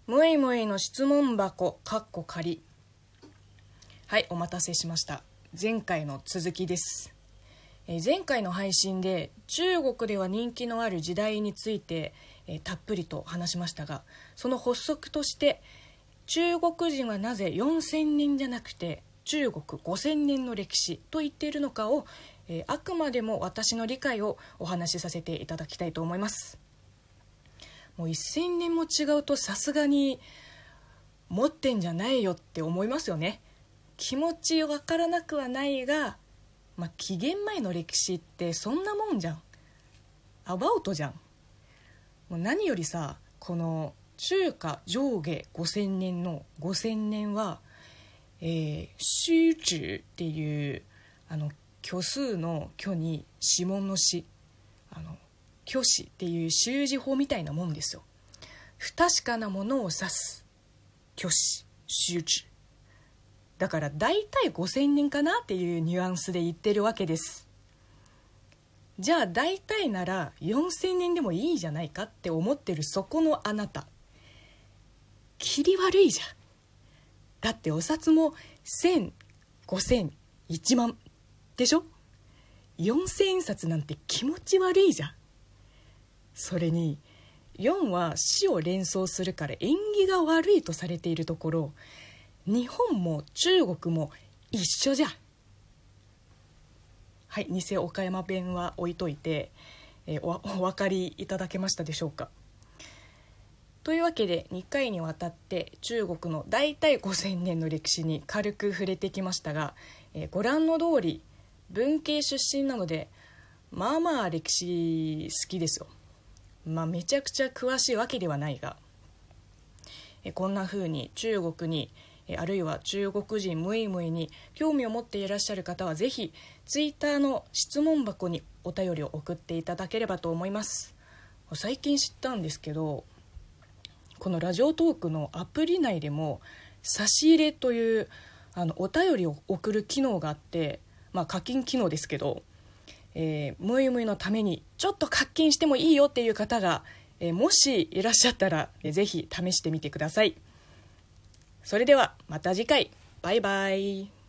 むいむいの質問箱仮。はい、お待たせしました。前回の続きです。前回の配信で中国では人気のある時代について、たっぷりと話しましたが、その発足として中国人はなぜ4000年じゃなくて中国5000年の歴史と言っているのかを、あくまでも私の理解をお話しさせていただきたいと思います。もう1000年も違うとさすがに持ってんじゃないよって思いますよね。気持ちわからなくはないが、紀元前の歴史ってそんなもんじゃん。アバウトじゃん。もう何よりさ、この中華上下5000年の5000年は、虚字っていう虚数の虚に指紋の指、虚子っていう習字法みたいなもんですよ。不確かなものを指す虚子習字だから、だいたい5000年かなっていうニュアンスで言ってるわけです。じゃあだいたいなら4000年でもいいじゃないかって思ってるそこのあなた、切り悪いじゃん。だってお札も1000、5000、1万でしょ。4000円札なんて気持ち悪いじゃん。それに4は死を連想するから縁起が悪いとされているところ、日本も中国も一緒じゃ。はい、偽岡山弁は置いといて、お分かりいただけましたでしょうか。というわけで2回にわたって中国の大体5000年の歴史に軽く触れてきましたが、ご覧の通り文系出身なのでまあまあ歴史好きですよ。めちゃくちゃ詳しいわけではないが、こんな風に中国にあるいは中国人ムイムイに興味を持っていらっしゃる方はぜひツイッターの質問箱にお便りを送っていただければと思います。最近知ったんですけど、このラジオトークのアプリ内でも差し入れというお便りを送る機能があって、課金機能ですけど、ムイムイのためにちょっと課金してもいいよっていう方が、もしいらっしゃったら、ぜひ試してみてください。それではまた次回、バイバイ。